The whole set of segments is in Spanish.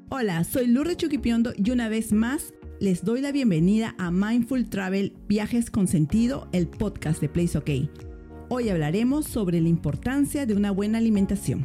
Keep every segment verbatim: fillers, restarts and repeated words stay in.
Hola, soy Lourdes Chuquipiondo y una vez más les doy la bienvenida a Mindful Travel Viajes con Sentido, el podcast de Place OK. Hoy hablaremos sobre la importancia de una buena alimentación.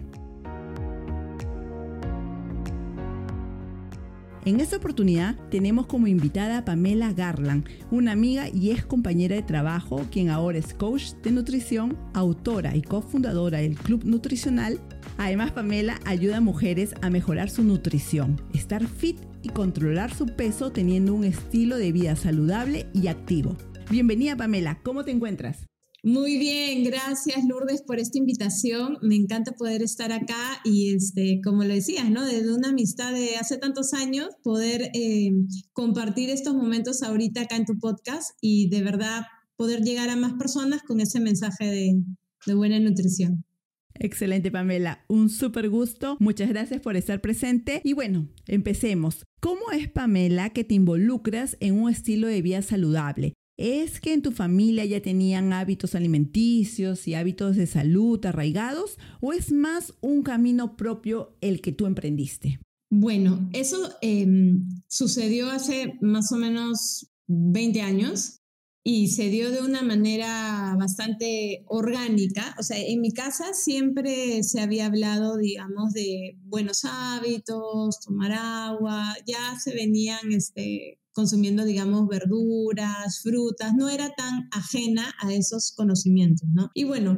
En esta oportunidad tenemos como invitada a Pamela Garland, una amiga y ex compañera de trabajo, quien ahora es coach de nutrición, autora y cofundadora del Club Nutricional. Además, Pamela ayuda a mujeres a mejorar su nutrición, estar fit y controlar su peso teniendo un estilo de vida saludable y activo. Bienvenida, Pamela, ¿cómo te encuentras? Muy bien, gracias Lourdes por esta invitación. Me encanta poder estar acá y este, como lo decías, ¿no? Desde una amistad de hace tantos años, poder eh, compartir estos momentos ahorita acá en tu podcast y de verdad poder llegar a más personas con ese mensaje de, de buena nutrición. Excelente, Pamela. Un súper gusto. Muchas gracias por estar presente. Y bueno, empecemos. ¿Cómo es, Pamela, que te involucras en un estilo de vida saludable? ¿Es que en tu familia ya tenían hábitos alimenticios y hábitos de salud arraigados o es más un camino propio el que tú emprendiste? Bueno, eso eh, sucedió hace más o menos veinte años y se dio de una manera bastante orgánica. O sea, en mi casa siempre se había hablado, digamos, de buenos hábitos, tomar agua, ya se venían este, consumiendo, digamos, verduras, frutas, no era tan ajena a esos conocimientos, ¿no? Y bueno,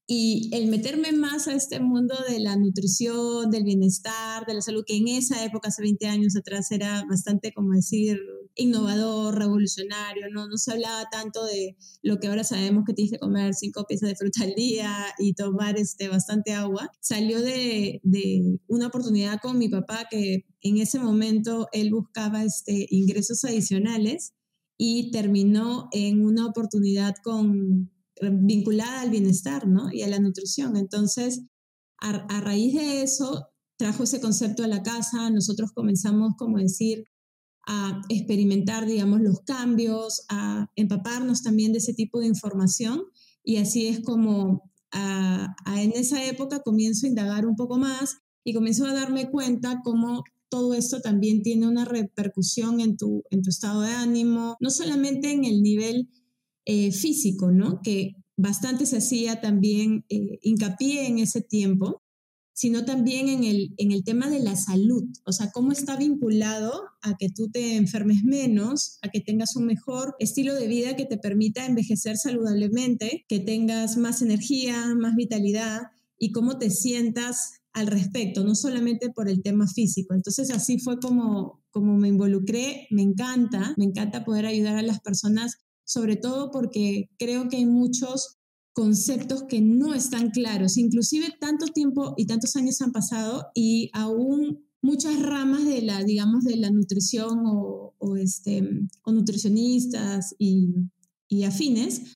y el meterme más a este mundo de la nutrición, del bienestar, de la salud, que en esa época, hace veinte años atrás, era bastante, como decir, innovador, revolucionario, ¿no? No se hablaba tanto de lo que ahora sabemos que tienes que comer cinco piezas de fruta al día y tomar este, bastante agua. Salió de, de una oportunidad con mi papá que en ese momento él buscaba este, ingresos adicionales y terminó en una oportunidad con... vinculada al bienestar, ¿no? Y a la nutrición. Entonces, a, a raíz de eso, trajo ese concepto a la casa. Nosotros comenzamos, como decir, a experimentar, digamos, los cambios, a empaparnos también de ese tipo de información. Y así es como a, a en esa época comienzo a indagar un poco más y comienzo a darme cuenta cómo todo esto también tiene una repercusión en tu, en tu estado de ánimo, no solamente en el nivel Eh, físico, ¿no? Que bastante se hacía también eh, hincapié en ese tiempo, sino también en el, en el tema de la salud, o sea, cómo está vinculado a que tú te enfermes menos, a que tengas un mejor estilo de vida que te permita envejecer saludablemente, que tengas más energía, más vitalidad y cómo te sientas al respecto, no solamente por el tema físico. Entonces así fue como, como me involucré. Me encanta, me encanta poder ayudar a las personas, sobre todo porque creo que hay muchos conceptos que no están claros. Inclusive tanto tiempo y tantos años han pasado y aún muchas ramas de la, digamos, de la nutrición o, o, este, o nutricionistas y, y afines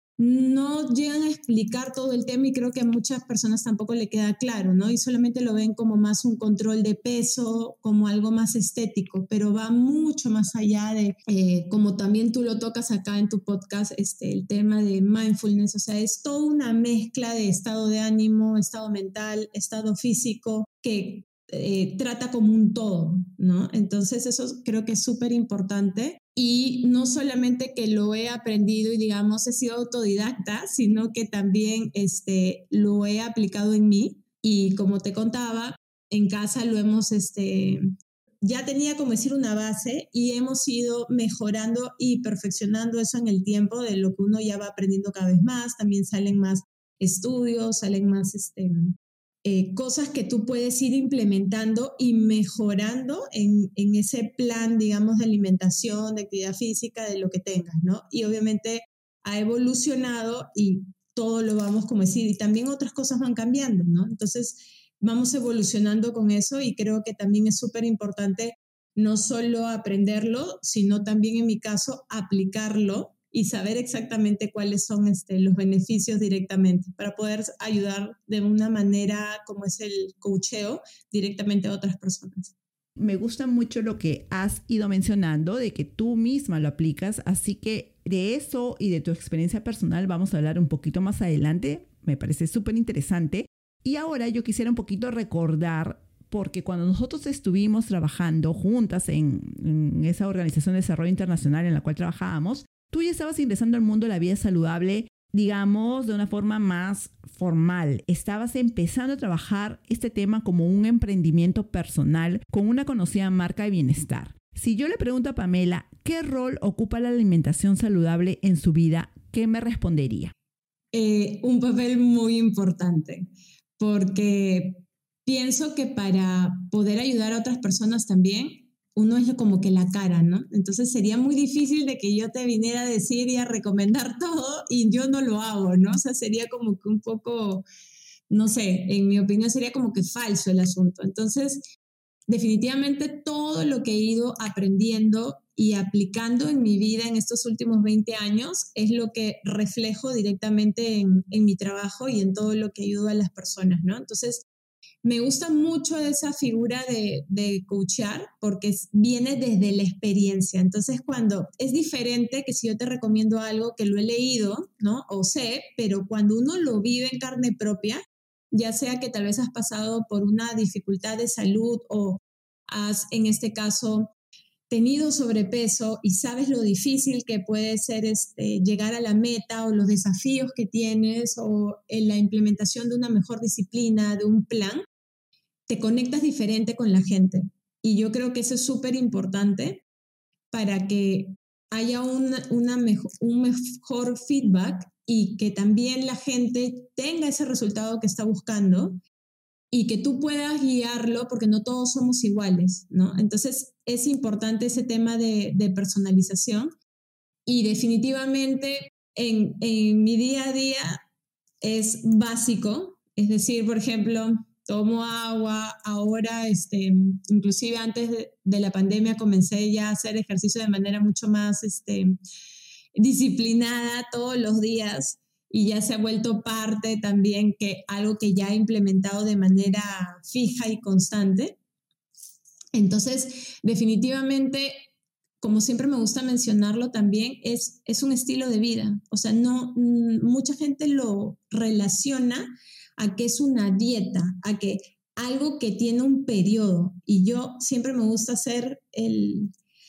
no llegan a explicar todo el tema y creo que a muchas personas tampoco le queda claro, ¿no? Y solamente lo ven como más un control de peso, como algo más estético, pero va mucho más allá de, eh, como también tú lo tocas acá en tu podcast, este, el tema de mindfulness. O sea, es toda una mezcla de estado de ánimo, estado mental, estado físico, que eh, trata como un todo, ¿no? Entonces eso creo que es súper importante. Y no solamente que lo he aprendido y digamos he sido autodidacta, sino que también este, lo he aplicado en mí. Y como te contaba, en casa lo hemos, este, ya tenía como decir una base y hemos ido mejorando y perfeccionando eso en el tiempo de lo que uno ya va aprendiendo cada vez más. También salen más estudios, salen más... Este, Eh, cosas que tú puedes ir implementando y mejorando en, en ese plan, digamos, de alimentación, de actividad física, de lo que tengas, ¿no? Y obviamente ha evolucionado y todo lo vamos, como decir, y también otras cosas van cambiando, ¿no? Entonces vamos evolucionando con eso y creo que también es súper importante no solo aprenderlo, sino también en mi caso aplicarlo y saber exactamente cuáles son este, los beneficios directamente para poder ayudar de una manera como es el coacheo directamente a otras personas. Me gusta mucho lo que has ido mencionando de que tú misma lo aplicas, así que de eso y de tu experiencia personal vamos a hablar un poquito más adelante. Me parece súper interesante. Y ahora yo quisiera un poquito recordar porque cuando nosotros estuvimos trabajando juntas en, en esa organización de desarrollo internacional en la cual trabajábamos, tú ya estabas ingresando al mundo de la vida saludable, digamos, de una forma más formal. Estabas empezando a trabajar este tema como un emprendimiento personal con una conocida marca de bienestar. Si yo le pregunto a Pamela, ¿qué rol ocupa la alimentación saludable en su vida? ¿Qué me respondería? Eh, un papel muy importante, porque pienso que para poder ayudar a otras personas también, uno es como que la cara, ¿no? Entonces sería muy difícil de que yo te viniera a decir y a recomendar todo y yo no lo hago, ¿no? O sea, sería como que un poco, no sé, en mi opinión sería como que falso el asunto. Entonces, definitivamente todo lo que he ido aprendiendo y aplicando en mi vida en estos últimos veinte años es lo que reflejo directamente en, en mi trabajo y en todo lo que ayudo a las personas, ¿no? Entonces, me gusta mucho esa figura de, de coachar porque es, viene desde la experiencia. Entonces, cuando es diferente que si yo te recomiendo algo que lo he leído, ¿no? O sé, pero cuando uno lo vive en carne propia, ya sea que tal vez has pasado por una dificultad de salud o has, en este caso, tenido sobrepeso y sabes lo difícil que puede ser este, llegar a la meta o los desafíos que tienes o en la implementación de una mejor disciplina, de un plan, te conectas diferente con la gente. Y yo creo que eso es súper importante para que haya una, una mejor, un mejor feedback y que también la gente tenga ese resultado que está buscando y que tú puedas guiarlo porque no todos somos iguales, ¿no? Entonces es importante ese tema de, de personalización y definitivamente en, en mi día a día es básico, es decir, por ejemplo, tomo agua, ahora, este, inclusive antes de, de la pandemia comencé ya a hacer ejercicio de manera mucho más este, disciplinada todos los días y ya se ha vuelto parte también que algo que ya he implementado de manera fija y constante. Entonces, definitivamente, como siempre me gusta mencionarlo también, es, es un estilo de vida. O sea, no, mucha gente lo relaciona a que es una dieta, a que algo que tiene un periodo. Y yo siempre me gusta hacer el,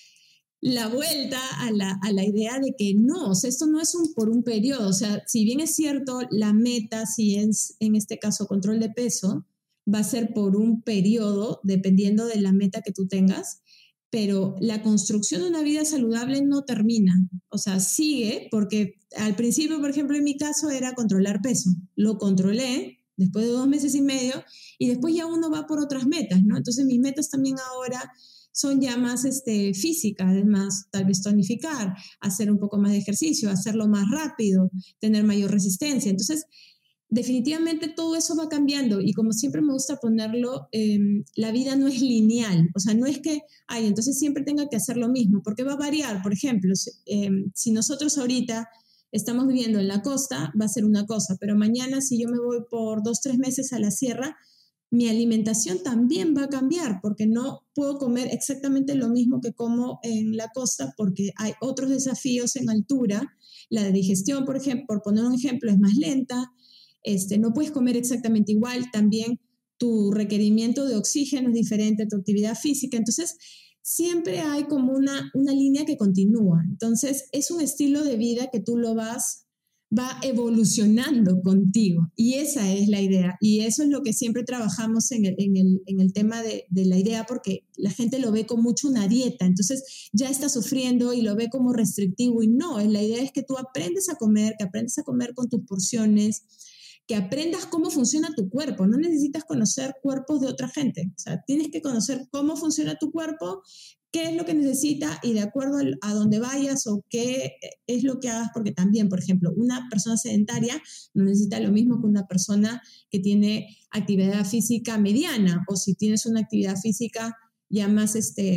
la vuelta a la, a la idea de que no, o sea, esto no es un, por un periodo. O sea, si bien es cierto, la meta, si es en este caso control de peso, va a ser por un periodo, dependiendo de la meta que tú tengas, pero la construcción de una vida saludable no termina, o sea, sigue, porque al principio, por ejemplo, en mi caso era controlar peso, lo controlé después de dos meses y medio y después ya uno va por otras metas, ¿no? Entonces mis metas también ahora son ya más este, físicas, además tal vez tonificar, hacer un poco más de ejercicio, hacerlo más rápido, tener mayor resistencia, entonces definitivamente todo eso va cambiando y como siempre me gusta ponerlo, eh, la vida no es lineal, o sea, no es que, ay, entonces siempre tenga que hacer lo mismo, porque va a variar, por ejemplo, eh, si nosotros ahorita estamos viviendo en la costa, va a ser una cosa, pero mañana si yo me voy por dos, tres meses a la sierra, mi alimentación también va a cambiar, porque no puedo comer exactamente lo mismo que como en la costa, porque hay otros desafíos en altura, la digestión, por ejemplo, por poner un ejemplo, es más lenta. Este, no puedes comer exactamente igual, también tu requerimiento de oxígeno es diferente, tu actividad física, entonces siempre hay como una, una línea que continúa, entonces es un estilo de vida que tú lo vas, va evolucionando contigo y esa es la idea y eso es lo que siempre trabajamos en el, en el, en el tema de, de la idea porque la gente lo ve como mucho una dieta, entonces ya está sufriendo y lo ve como restrictivo y no, la idea es que tú aprendes a comer, que aprendes a comer con tus porciones, que aprendas cómo funciona tu cuerpo. No necesitas conocer cuerpos de otra gente. O sea, tienes que conocer cómo funciona tu cuerpo, qué es lo que necesita y de acuerdo a dónde vayas o qué es lo que hagas, porque también, por ejemplo, una persona sedentaria no necesita lo mismo que una persona que tiene actividad física mediana o si tienes una actividad física ya más este,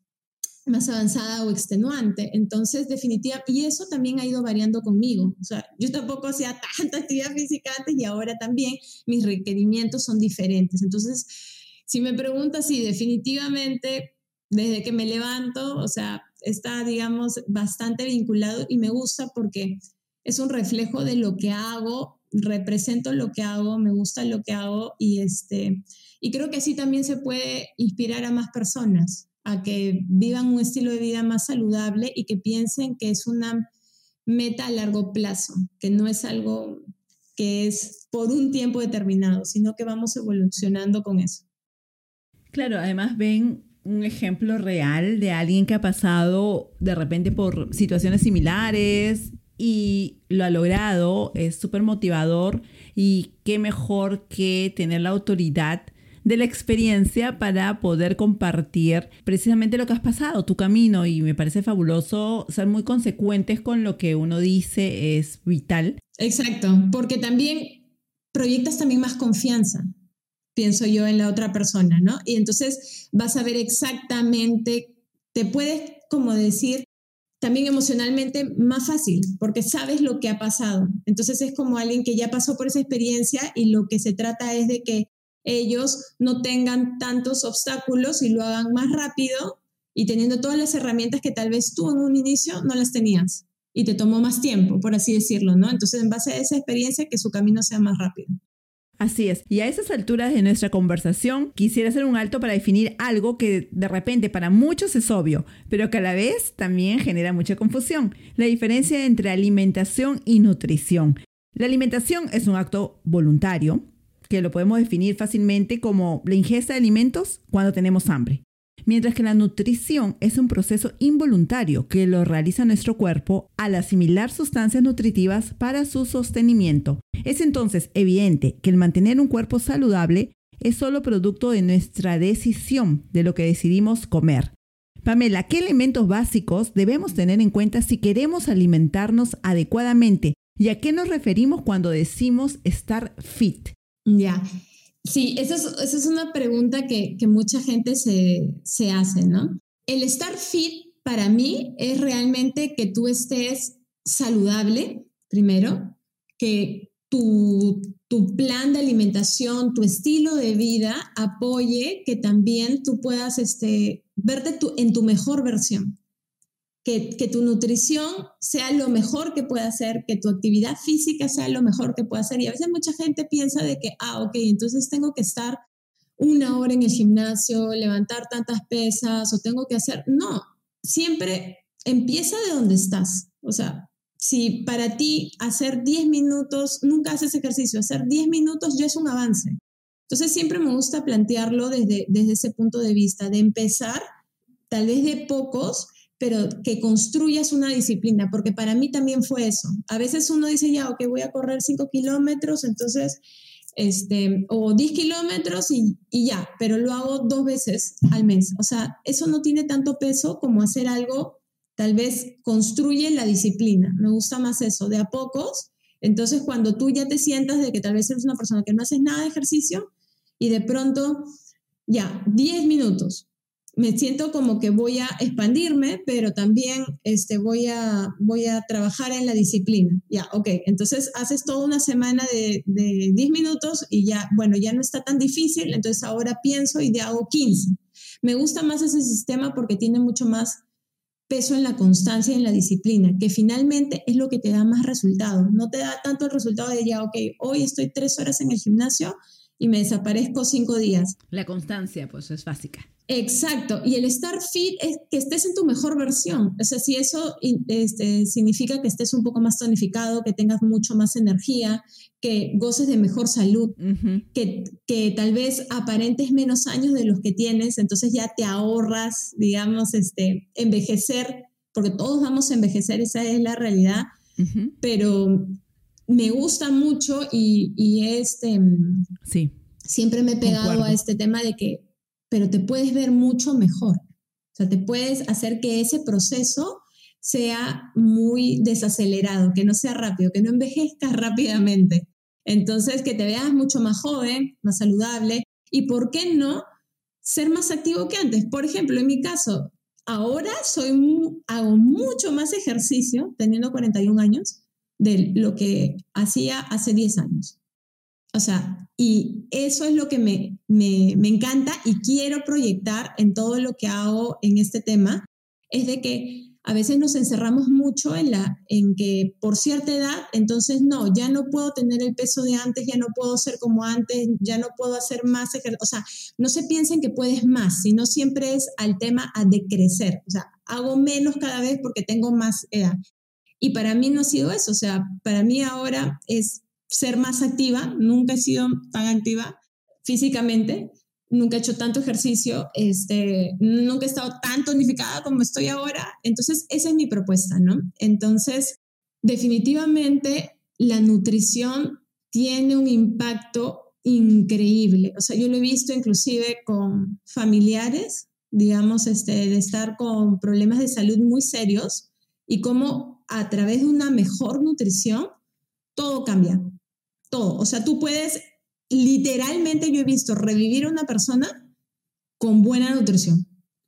más avanzada o extenuante. Entonces, definitivamente, y eso también ha ido variando conmigo. O sea, yo tampoco hacía tanta actividad física antes y ahora también mis requerimientos son diferentes. Entonces, si me preguntas, sí, definitivamente, desde que me levanto, o sea, está, digamos, bastante vinculado y me gusta porque es un reflejo de lo que hago represento lo que hago, me gusta lo que hago y, este, y creo que así también se puede inspirar a más personas a que vivan un estilo de vida más saludable y que piensen que es una meta a largo plazo, que no es algo que es por un tiempo determinado, sino que vamos evolucionando con eso. Claro, además ven un ejemplo real de alguien que ha pasado de repente por situaciones similares y lo ha logrado, es súper motivador y qué mejor que tener la autoridad de la experiencia para poder compartir precisamente lo que has pasado, tu camino, y me parece fabuloso ser muy consecuentes con lo que uno dice, es vital. Exacto, porque también proyectas también más confianza, pienso yo, en la otra persona, ¿no? Y entonces vas a ver exactamente, te puedes, como decir, también emocionalmente más fácil, porque sabes lo que ha pasado. Entonces es como alguien que ya pasó por esa experiencia y lo que se trata es de que ellos no tengan tantos obstáculos y lo hagan más rápido y teniendo todas las herramientas que tal vez tú en un inicio no las tenías y te tomó más tiempo, por así decirlo, ¿no? Entonces, en base a esa experiencia, que su camino sea más rápido. Así es. Y a esas alturas de nuestra conversación, quisiera hacer un alto para definir algo que de repente para muchos es obvio, pero que a la vez también genera mucha confusión. La diferencia entre alimentación y nutrición. La alimentación es un acto voluntario, que lo podemos definir fácilmente como la ingesta de alimentos cuando tenemos hambre. Mientras que la nutrición es un proceso involuntario que lo realiza nuestro cuerpo al asimilar sustancias nutritivas para su sostenimiento. Es entonces evidente que el mantener un cuerpo saludable es solo producto de nuestra decisión, de lo que decidimos comer. Pamela, ¿qué elementos básicos debemos tener en cuenta si queremos alimentarnos adecuadamente? ¿Y a qué nos referimos cuando decimos estar fit? Ya, sí, esa es, esa es una pregunta que, que mucha gente se, se hace, ¿no? El estar fit para mí es realmente que tú estés saludable, primero, que tu, tu plan de alimentación, tu estilo de vida apoye que también tú puedas este, verte tu, en tu mejor versión. Que, que tu nutrición sea lo mejor que pueda hacer, que tu actividad física sea lo mejor que pueda hacer. Y a veces mucha gente piensa de que, ah, ok, entonces tengo que estar una hora en el gimnasio, levantar tantas pesas o tengo que hacer... No, siempre empieza de donde estás. O sea, si para ti hacer diez minutos, nunca haces ejercicio, hacer diez minutos ya es un avance. Entonces siempre me gusta plantearlo desde, desde ese punto de vista, de empezar tal vez de pocos, pero que construyas una disciplina, porque para mí también fue eso. A veces uno dice, ya, ok, voy a correr cinco kilómetros, entonces, este, o diez kilómetros y, y ya, pero lo hago dos veces al mes. O sea, eso no tiene tanto peso como hacer algo, tal vez construye la disciplina. Me gusta más eso, de a pocos. Entonces, cuando tú ya te sientas de que tal vez eres una persona que no haces nada de ejercicio y de pronto, ya, diez minutos. Me siento como que voy a expandirme, pero también este, voy, a, voy a trabajar en la disciplina. Ya, ok, entonces haces toda una semana de, de diez minutos y ya, bueno, ya no está tan difícil, entonces ahora pienso y ya hago quince. Me gusta más ese sistema porque tiene mucho más peso en la constancia y en la disciplina, que finalmente es lo que te da más resultado. No te da tanto el resultado de ya, ok, hoy estoy tres horas en el gimnasio y me desaparezco cinco días. La constancia, pues, es básica. Exacto, y el estar fit es que estés en tu mejor versión, o sea, si eso este, significa que estés un poco más tonificado, que tengas mucho más energía, que goces de mejor salud, uh-huh. que, que tal vez aparentes menos años de los que tienes, entonces ya te ahorras, digamos, este, envejecer, porque todos vamos a envejecer, esa es la realidad, uh-huh. pero me gusta mucho y, y este, sí. siempre me he pegado Concuerdo. a este tema de que pero te puedes ver mucho mejor. O sea, te puedes hacer que ese proceso sea muy desacelerado, que no sea rápido, que no envejezcas rápidamente. Entonces, que te veas mucho más joven, más saludable y, ¿por qué no ser más activo que antes? Por ejemplo, en mi caso, ahora soy mu- hago mucho más ejercicio, teniendo cuarenta y un años, de lo que hacía hace diez años. O sea, y eso es lo que me, me, me encanta y quiero proyectar en todo lo que hago en este tema, es de que a veces nos encerramos mucho en, la, en que por cierta edad, entonces no, ya no puedo tener el peso de antes, ya no puedo ser como antes, ya no puedo hacer más ejercicio. O sea, no se piensen que puedes más, sino siempre es al tema a decrecer. O sea, hago menos cada vez porque tengo más edad. Y para mí no ha sido eso. O sea, para mí ahora es ser más activa. Nunca he sido tan activa físicamente. Nunca he hecho tanto ejercicio, este, nunca he estado tan tonificada como estoy ahora. Entonces, esa es mi propuesta, ¿no? Entonces, definitivamente, la nutrición tiene un impacto increíble. O sea, yo lo he visto inclusive con familiares, digamos, este, de estar con problemas de salud muy serios y cómo a través de una mejor nutrición, todo cambia, todo. O sea, tú puedes... Literalmente yo he visto revivir a una persona con buena nutrición.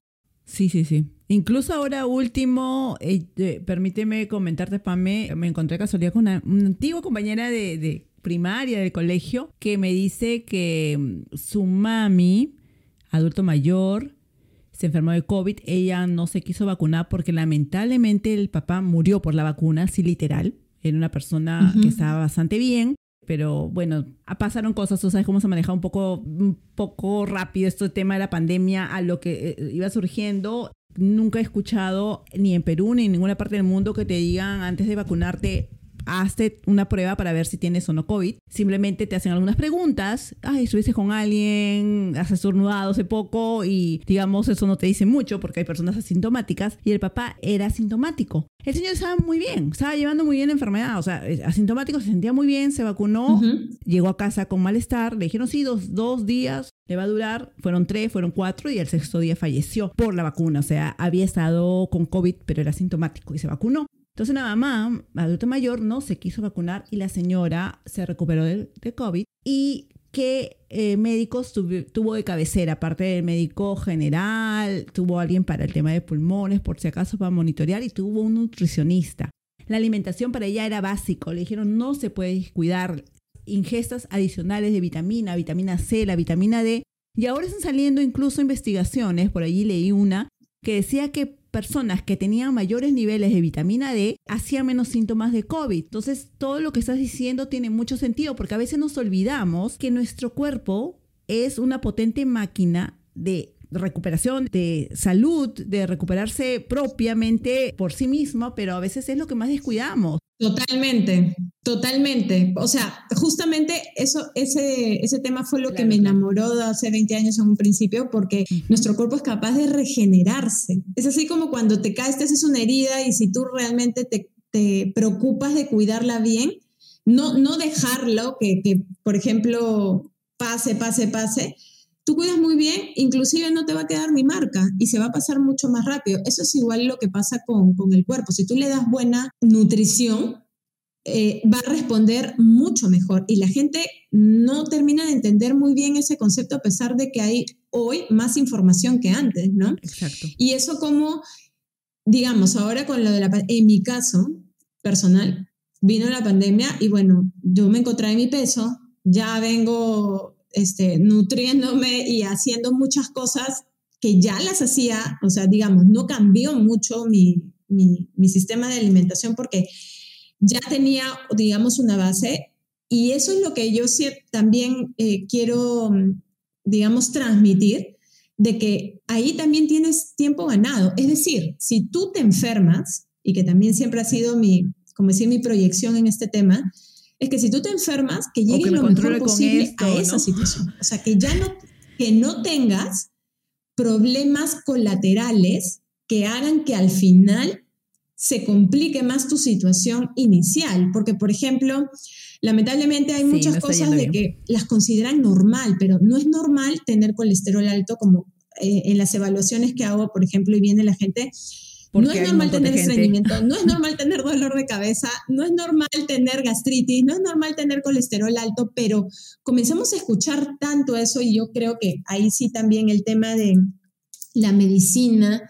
Sí, sí, sí. Incluso ahora último, eh, eh, permíteme comentarte, Pame, me encontré casualidad con una, una antigua compañera de, de primaria del colegio que me dice que su mami, adulto mayor, se enfermó de COVID. Ella no se quiso vacunar porque lamentablemente el papá murió por la vacuna, sí, literal. Era una persona uh-huh. que estaba bastante bien. Pero bueno, pasaron cosas, tú sabes cómo se maneja un poco, un poco rápido este tema de la pandemia a lo que eh, iba surgiendo. Nunca he escuchado ni en Perú ni en ninguna parte del mundo que te digan antes de vacunarte, hazte una prueba para ver si tienes o no COVID. Simplemente te hacen algunas preguntas. Ay, estuviste con alguien, has estornudado hace poco y digamos eso no te dice mucho porque hay personas asintomáticas y el papá era asintomático. El señor estaba muy bien, estaba llevando muy bien la enfermedad, o sea, asintomático, se sentía muy bien, se vacunó, uh-huh. llegó a casa con malestar, le dijeron sí, dos, dos días le va a durar, fueron tres, fueron cuatro y el sexto día falleció por la vacuna, o sea, había estado con COVID pero era asintomático y se vacunó. Entonces la mamá, adulto mayor, no se quiso vacunar y la señora se recuperó de, de COVID. ¿Y qué eh, médicos tuvo, tuvo de cabecera? Aparte del médico general, tuvo alguien para el tema de pulmones, por si acaso para monitorear, y tuvo un nutricionista. La alimentación para ella era básico. Le dijeron no se puede descuidar ingestas adicionales de vitamina, vitamina C, la vitamina D. Y ahora están saliendo incluso investigaciones, por allí leí una, que decía que personas que tenían mayores niveles de vitamina D hacían menos síntomas de COVID. Entonces, todo lo que estás diciendo tiene mucho sentido porque a veces nos olvidamos que nuestro cuerpo es una potente máquina de recuperación, de salud, de recuperarse propiamente por sí mismo, pero a veces es lo que más descuidamos. Totalmente, totalmente. O sea, justamente eso, ese, ese tema fue lo claro, que me claro. enamoró de hace veinte años en un principio, porque uh-huh. nuestro cuerpo es capaz de regenerarse. Es así como cuando te caes, te haces una herida y si tú realmente te, te preocupas de cuidarla bien, no, no dejarlo, que, que por ejemplo pase, pase, pase, tú cuidas muy bien, inclusive no te va a quedar ni marca y se va a pasar mucho más rápido. Eso es igual lo que pasa con, con el cuerpo. Si tú le das buena nutrición, eh, va a responder mucho mejor. Y la gente no termina de entender muy bien ese concepto a pesar de que hay hoy más información que antes, ¿no? Exacto. Y eso como, digamos, ahora con lo de la... En mi caso personal, vino la pandemia y bueno, yo me encontré en mi peso, ya vengo... Este, nutriéndome y haciendo muchas cosas que ya las hacía, o sea, digamos, no cambió mucho mi, mi, mi sistema de alimentación porque ya tenía, digamos, una base y eso es lo que yo sí, también eh, quiero, digamos, transmitir, de que ahí también tienes tiempo ganado. Es decir, si tú te enfermas, y que también siempre ha sido mi, como decir, mi proyección en este tema, es que si tú te enfermas, que llegues lo mejor posible esto, a esa ¿no? situación. O sea, que ya no, que no tengas problemas colaterales que hagan que al final se complique más tu situación inicial. Porque, por ejemplo, lamentablemente hay sí, muchas no cosas de bien. Que las consideran normal, pero no es normal tener colesterol alto como eh, en las evaluaciones que hago, por ejemplo, y viene la gente... Porque no es normal tener estreñimiento, no es normal tener dolor de cabeza, no es normal tener gastritis, no es normal tener colesterol alto, pero comenzamos a escuchar tanto eso y yo creo que ahí sí también el tema de la medicina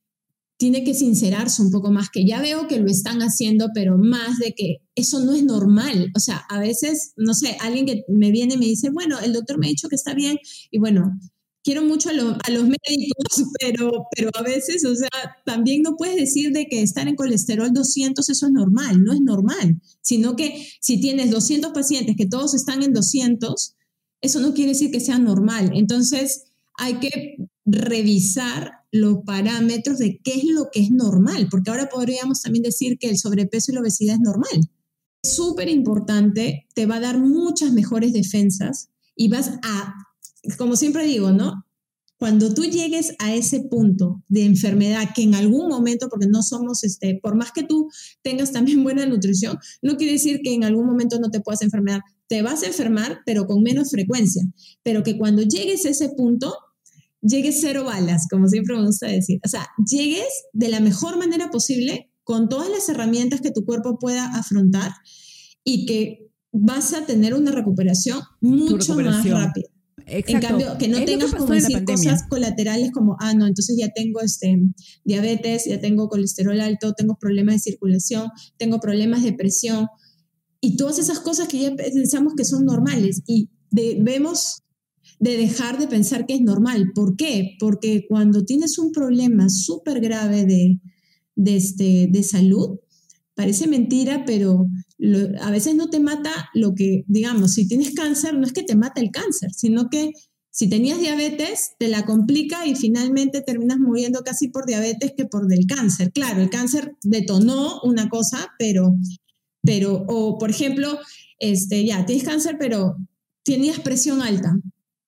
tiene que sincerarse un poco más, que ya veo que lo están haciendo, pero más de que eso no es normal. O sea, a veces, no sé, alguien que me viene y me dice, bueno, el doctor me ha dicho que está bien y bueno, quiero mucho a, lo, a los médicos, pero, pero a veces, o sea, también no puedes decir de que estar en colesterol doscientos, eso es normal, no es normal, sino que si tienes doscientos pacientes que todos están en doscientos, eso no quiere decir que sea normal. Entonces, hay que revisar los parámetros de qué es lo que es normal, porque ahora podríamos también decir que el sobrepeso y la obesidad es normal. Es súper importante, te va a dar muchas mejores defensas y vas a, como siempre digo, ¿no? Cuando tú llegues a ese punto de enfermedad que en algún momento, porque no somos, este, por más que tú tengas también buena nutrición, no quiere decir que en algún momento no te puedas enfermar. Te vas a enfermar, pero con menos frecuencia. Pero que cuando llegues a ese punto, llegues cero balas, como siempre me gusta decir. O sea, llegues de la mejor manera posible, con todas las herramientas que tu cuerpo pueda afrontar y que vas a tener una recuperación mucho recuperación. más rápida. Exacto. En cambio, que no es tengas como decir cosas colaterales como, ah, no, entonces ya tengo este, diabetes, ya tengo colesterol alto, tengo problemas de circulación, tengo problemas de presión y todas esas cosas que ya pensamos que son normales y debemos de dejar de pensar que es normal. ¿Por qué? Porque cuando tienes un problema súper grave de, de, este, de salud, parece mentira, pero lo, a veces no te mata lo que, digamos, si tienes cáncer, no es que te mata el cáncer, sino que si tenías diabetes, te la complica y finalmente terminas muriendo casi por diabetes que por del cáncer. Claro, el cáncer detonó una cosa, pero, pero o por ejemplo, este, ya, tienes cáncer, pero tenías presión alta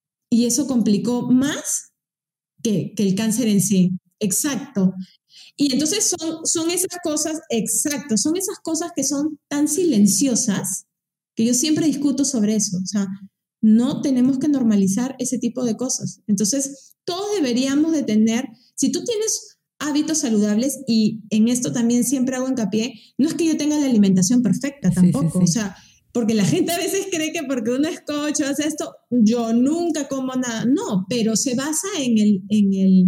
y eso complicó más que, que el cáncer en sí. Exacto. Y entonces son, son esas cosas, exacto, son esas cosas que son tan silenciosas que yo siempre discuto sobre eso. O sea, no tenemos que normalizar ese tipo de cosas. Entonces, todos deberíamos de tener, si tú tienes hábitos saludables, y en esto también siempre hago hincapié, no es que yo tenga la alimentación perfecta tampoco, sí, sí, sí. O sea, porque la gente a veces cree que porque uno es coach o hace esto, yo nunca como nada. No, pero se basa en el... En el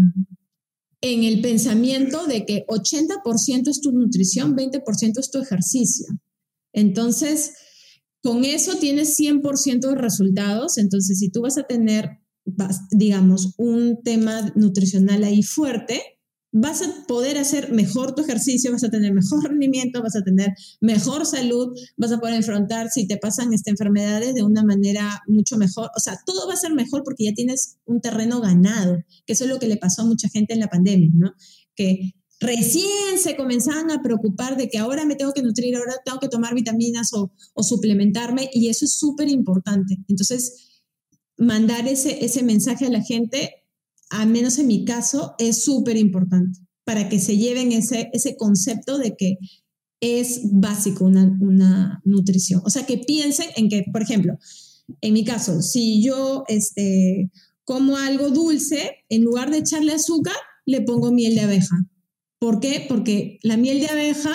en el pensamiento de que ochenta por ciento es tu nutrición, veinte por ciento es tu ejercicio. Entonces, con eso tienes cien por ciento de resultados. Entonces, si tú vas a tener, digamos, un tema nutricional ahí fuerte, vas a poder hacer mejor tu ejercicio, vas a tener mejor rendimiento, vas a tener mejor salud, vas a poder enfrentar si te pasan estas enfermedades de una manera mucho mejor. O sea, todo va a ser mejor porque ya tienes un terreno ganado, que eso es lo que le pasó a mucha gente en la pandemia, ¿no? Que recién se comenzaban a preocupar de que ahora me tengo que nutrir, ahora tengo que tomar vitaminas o, o suplementarme, y eso es súper importante. Entonces, mandar ese, ese mensaje a la gente, al menos en mi caso, es súper importante para que se lleven ese, ese concepto de que es básico una, una nutrición. O sea, que piensen en que, por ejemplo, en mi caso, si yo este, como algo dulce, en lugar de echarle azúcar, le pongo miel de abeja. ¿Por qué? Porque la miel de abeja,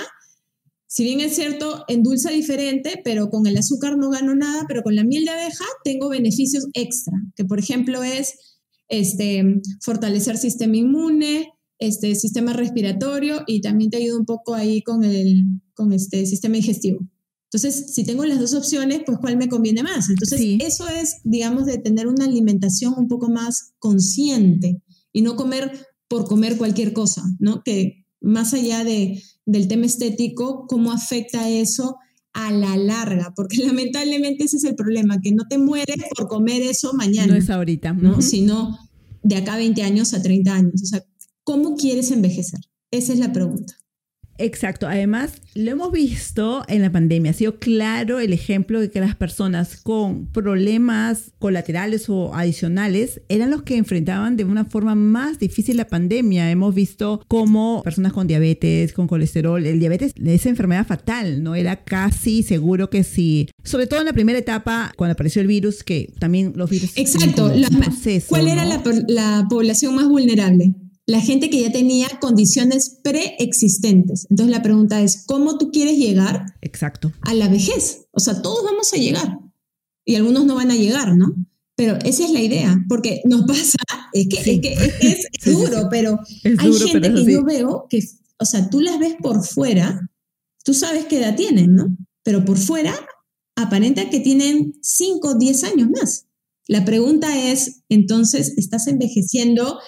si bien es cierto, endulza diferente, pero con el azúcar no gano nada, pero con la miel de abeja tengo beneficios extra, que por ejemplo es Este, fortalecer sistema inmune, este, sistema respiratorio, y también te ayuda un poco ahí con el con este sistema digestivo. Entonces, si tengo las dos opciones, pues ¿cuál me conviene más? Entonces, sí. Eso es, digamos, de tener una alimentación un poco más consciente y no comer por comer cualquier cosa, ¿no? Que más allá de, del tema estético, ¿cómo afecta eso a la larga? Porque lamentablemente ese es el problema, que no te mueres por comer eso mañana. No es ahorita. ¿No? Uh-huh. Sino de acá a veinte años a treinta años. O sea, ¿cómo quieres envejecer? Esa es la pregunta. Exacto. Además, lo hemos visto en la pandemia. Ha sido claro el ejemplo de que las personas con problemas colaterales o adicionales eran los que enfrentaban de una forma más difícil la pandemia. Hemos visto cómo personas con diabetes, con colesterol, el diabetes es enfermedad fatal, ¿no? Era casi seguro que sí. Sobre todo en la primera etapa, cuando apareció el virus, que también los virus... Exacto. La, proceso, ¿Cuál era ¿no? la, la población más vulnerable? La gente que ya tenía condiciones preexistentes. Entonces la pregunta es, ¿cómo tú quieres llegar Exacto. a la vejez? O sea, todos vamos a llegar y algunos no van a llegar, ¿no? Pero esa es la idea, porque nos pasa, es que, sí. es, que es, que es sí, duro, sí, sí. pero es hay duro, gente pero que sí. yo veo que, o sea, tú las ves por fuera, tú sabes qué edad tienen, ¿no? Pero por fuera aparenta que tienen cinco o diez años más. La pregunta es, entonces, ¿estás envejeciendo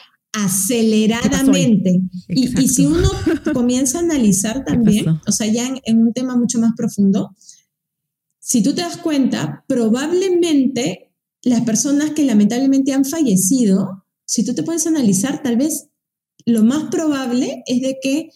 aceleradamente? Y, y si uno comienza a analizar también, o sea, ya en, en un tema mucho más profundo, si tú te das cuenta, probablemente las personas que lamentablemente han fallecido, si tú te puedes analizar, tal vez lo más probable es de que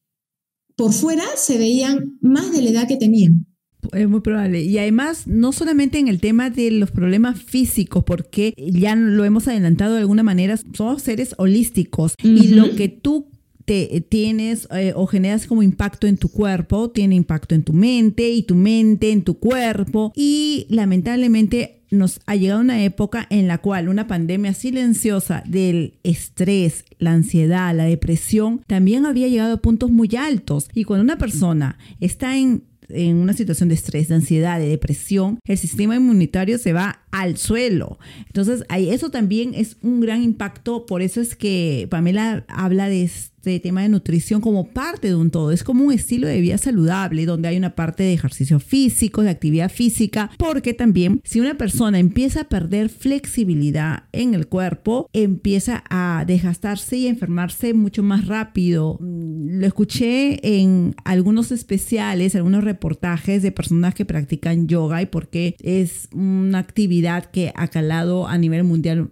por fuera se veían más de la edad que tenían. Es muy probable. Y además, no solamente en el tema de los problemas físicos, porque ya lo hemos adelantado de alguna manera, somos seres holísticos. Uh-huh. Y lo que tú te tienes eh, o generas como impacto en tu cuerpo, tiene impacto en tu mente, y tu mente en tu cuerpo. Y lamentablemente nos ha llegado una época en la cual una pandemia silenciosa del estrés, la ansiedad, la depresión, también había llegado a puntos muy altos. Y cuando una persona está en en una situación de estrés, de ansiedad, de depresión, el sistema inmunitario se va al suelo. Entonces, ahí, eso también es un gran impacto. Por eso es que Pamela habla de este tema de nutrición como parte de un todo. Es como un estilo de vida saludable, donde hay una parte de ejercicio físico, de actividad física, porque también si una persona empieza a perder flexibilidad en el cuerpo, empieza a desgastarse y a enfermarse mucho más rápido. Lo escuché en algunos especiales, algunos reportajes de personas que practican yoga, y porque es una actividad que ha calado a nivel mundial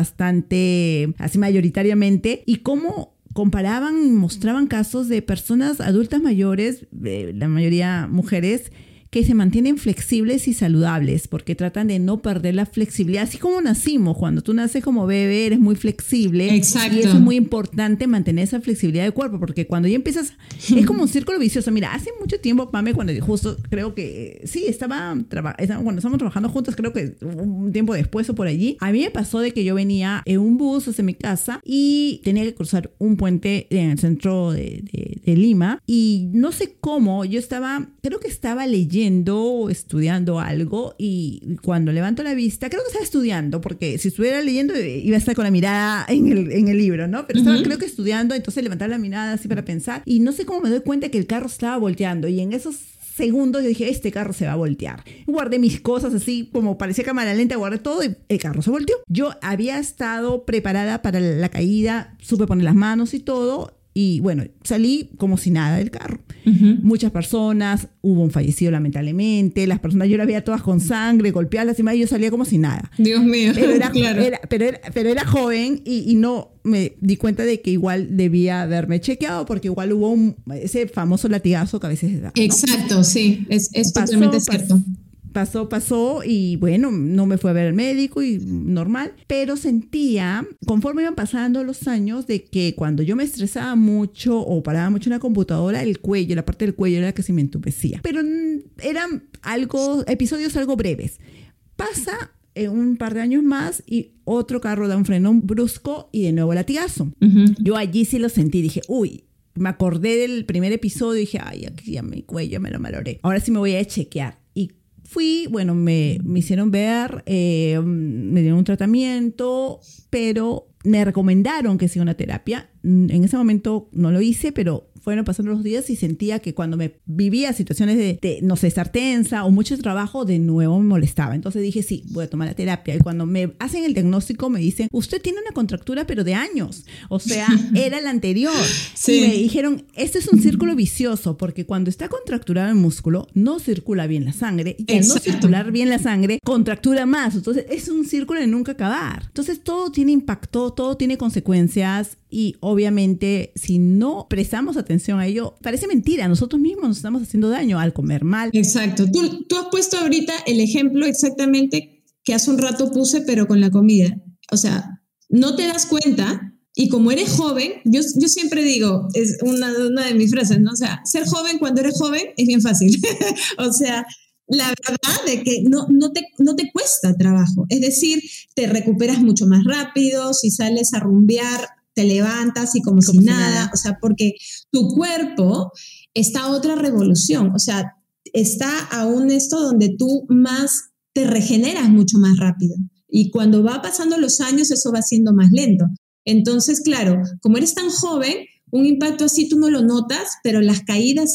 bastante, así mayoritariamente, y cómo comparaban y mostraban casos de personas adultas mayores, eh, la mayoría mujeres, que se mantienen flexibles y saludables porque tratan de no perder la flexibilidad. Así como nacimos, cuando tú naces como bebé eres muy flexible. Exacto. Y eso es muy importante, mantener esa flexibilidad del cuerpo, porque cuando ya empiezas, es como un círculo vicioso. Mira, hace mucho tiempo, Pame, cuando justo creo que, sí, estaba, traba, estaba cuando estábamos trabajando juntas, creo que un tiempo después o por allí, a mí me pasó de que yo venía en un bus hacia mi casa y tenía que cruzar un puente en el centro de, de, de Lima, y no sé cómo, yo estaba, creo que estaba leyendo o estudiando algo, y cuando levanto la vista, creo que estaba estudiando, porque si estuviera leyendo iba a estar con la mirada en el, en el libro, ¿no? Pero estaba, uh-huh. creo que estudiando, entonces levantaba la mirada así para pensar, y no sé cómo me doy cuenta que el carro estaba volteando, y en esos segundos yo dije, este carro se va a voltear. Guardé mis cosas así, como parecía cámara lenta, guardé todo y el carro se volteó. Yo había estado preparada para la caída, supe poner las manos y todo, y bueno, salí como si nada del carro. Uh-huh. Muchas personas, hubo un fallecido lamentablemente, las personas yo las veía todas con sangre, golpeadas y más, y yo salía como si nada. Dios mío, pero era, claro. era, pero, era, pero era joven y, y no me di cuenta de que igual debía haberme chequeado, porque igual hubo un, ese famoso latigazo que a veces da, ¿no? Exacto, sí, es, es pasó, totalmente cierto. Pasó. Pasó, pasó y bueno, no me fue a ver el médico y normal, pero sentía, conforme iban pasando los años, de que cuando yo me estresaba mucho o paraba mucho en la computadora, el cuello, la parte del cuello era la que se me entumecía. Pero eran algo, episodios algo breves. Pasa en un par de años más y otro carro da un frenón brusco y de nuevo latigazo. Uh-huh. Yo allí sí lo sentí, dije, uy, me acordé del primer episodio y dije, ay, aquí ya mi cuello me lo maloré. Ahora sí me voy a chequear. Y fui, bueno, me, me hicieron ver, eh, me dieron un tratamiento, pero me recomendaron que siga una terapia. En ese momento no lo hice, pero fueron pasando los días y sentía que cuando me vivía situaciones de, de, no sé, estar tensa o mucho trabajo, de nuevo me molestaba. Entonces dije, sí, voy a tomar la terapia. Y cuando me hacen el diagnóstico me dicen, usted tiene una contractura, pero de años. O sea, era la anterior. Sí. Y me dijeron, este es un círculo vicioso, porque cuando está contracturado el músculo, no circula bien la sangre. Y al no circular bien la sangre, contractura más. Entonces es un círculo de nunca acabar. Entonces todo tiene impacto, todo tiene consecuencias. Y obviamente, si no prestamos atención a ello, parece mentira. Nosotros mismos nos estamos haciendo daño al comer mal. Exacto. Tú, tú has puesto ahorita el ejemplo exactamente que hace un rato puse, pero con la comida. O sea, no te das cuenta. Y como eres joven, yo, yo siempre digo, es una, una de mis frases, ¿no? O sea, ser joven cuando eres joven es bien fácil. O sea, la verdad de que no, no, te, no te cuesta trabajo. Es decir, te recuperas mucho más rápido. Si sales a rumbear, te levantas y como, como si, si nada. nada, o sea, porque tu cuerpo está a otra revolución, o sea, está a un esto donde tú más te regeneras mucho más rápido, y cuando va pasando los años eso va siendo más lento. Entonces, claro, como eres tan joven, un impacto así tú no lo notas, pero las caídas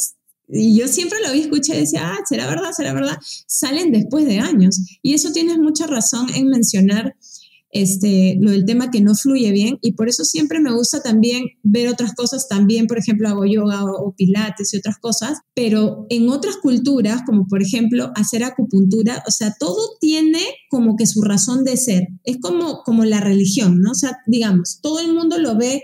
y yo siempre lo había escuchado y decía, ah, ¿será verdad? ¿Será verdad? Salen después de años. Y eso tienes mucha razón en mencionar este, lo del tema que no fluye bien, y por eso siempre me gusta también ver otras cosas. También, por ejemplo, hago yoga o, o pilates y otras cosas, pero en otras culturas, como por ejemplo hacer acupuntura, o sea, todo tiene como que su razón de ser. Es como, como la religión, ¿no? O sea, digamos, todo el mundo lo ve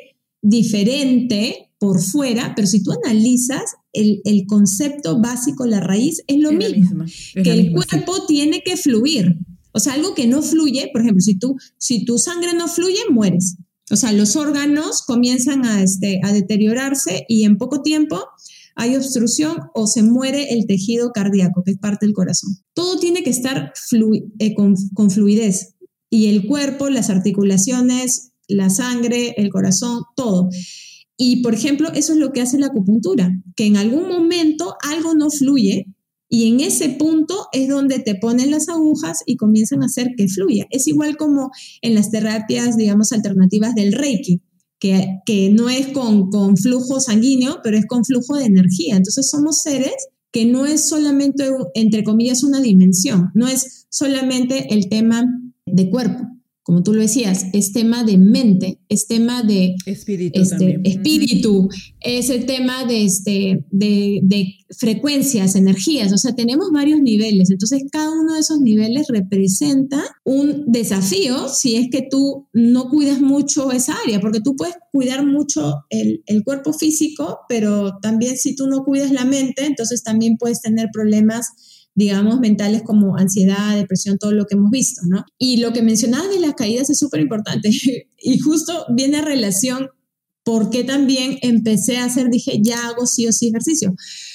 diferente por fuera, pero si tú analizas el, el concepto básico, la raíz, es lo es mismo, es que el misma, cuerpo sí. tiene que fluir. O sea, algo que no fluye, por ejemplo, si, tú, si tu sangre no fluye, mueres. O sea, los órganos comienzan a, este, a deteriorarse y en poco tiempo hay obstrucción o se muere el tejido cardíaco, que es parte del corazón. Todo tiene que estar flu- eh, con, con fluidez. Y el cuerpo, las articulaciones, la sangre, el corazón, todo. Y, por ejemplo, eso es lo que hace la acupuntura, que en algún momento algo no fluye, y en ese punto es donde te ponen las agujas y comienzan a hacer que fluya. Es igual como en las terapias, digamos, alternativas del Reiki, que, que no es con, con flujo sanguíneo, pero es con flujo de energía. Entonces somos seres que no es solamente, entre comillas, una dimensión, no es solamente el tema de cuerpo. Como tú lo decías, es tema de mente, es tema de espíritu, este, también. espíritu, es el tema de, este, de, de frecuencias, energías, o sea, tenemos varios niveles. Entonces, cada uno de esos niveles representa un desafío si es que tú no cuidas mucho esa área, porque tú puedes cuidar mucho el, el cuerpo físico, pero también si tú no cuidas la mente, entonces también puedes tener problemas, digamos, mentales como ansiedad, depresión, todo lo que hemos visto, ¿no? Y lo que mencionabas de las caídas es súper importante y justo viene a relación porque también empecé a hacer, dije, ya hago sí o sí ejercicio.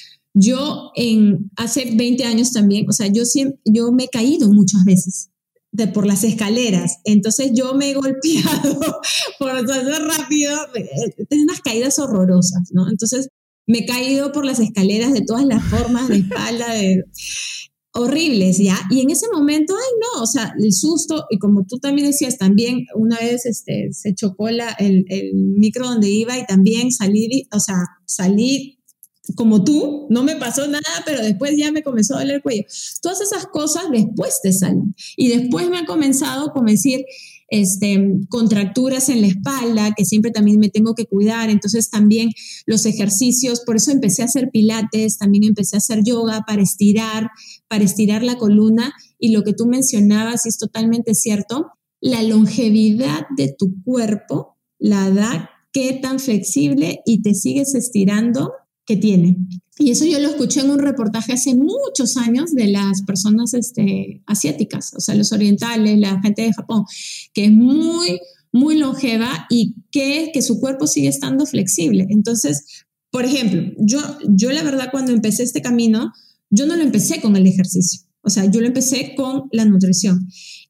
Yo en, hace veinte años también, o sea, yo, siempre, yo me he caído muchas veces de, por las escaleras, entonces yo me he golpeado por hacer rápido, tengo unas caídas horrorosas, ¿no? Entonces me he caído por las escaleras de todas las formas, de espalda, de horribles, ¿ya? Y en ese momento, ay, no, o sea, el susto, y como tú también decías, también una vez este, se chocó la, el, el micro donde iba y también salí, o sea, salí como tú, no me pasó nada, pero después ya me comenzó a doler el cuello. Todas esas cosas después te salen. Y después me ha comenzado, como decir, este, contracturas en la espalda, que siempre también me tengo que cuidar. Entonces también los ejercicios, por eso empecé a hacer pilates, también empecé a hacer yoga para estirar, para estirar la columna. Y lo que tú mencionabas es totalmente cierto, la longevidad de tu cuerpo la da qué tan flexible y te sigues estirando que tiene. Y eso yo lo escuché en un reportaje hace muchos años de las personas este, asiáticas, o sea, los orientales, la gente de Japón, que es muy, muy longeva y que, que su cuerpo sigue estando flexible. Entonces, por ejemplo, yo, yo la verdad cuando empecé este camino, yo no lo empecé con el ejercicio, o sea, yo lo empecé con la nutrición.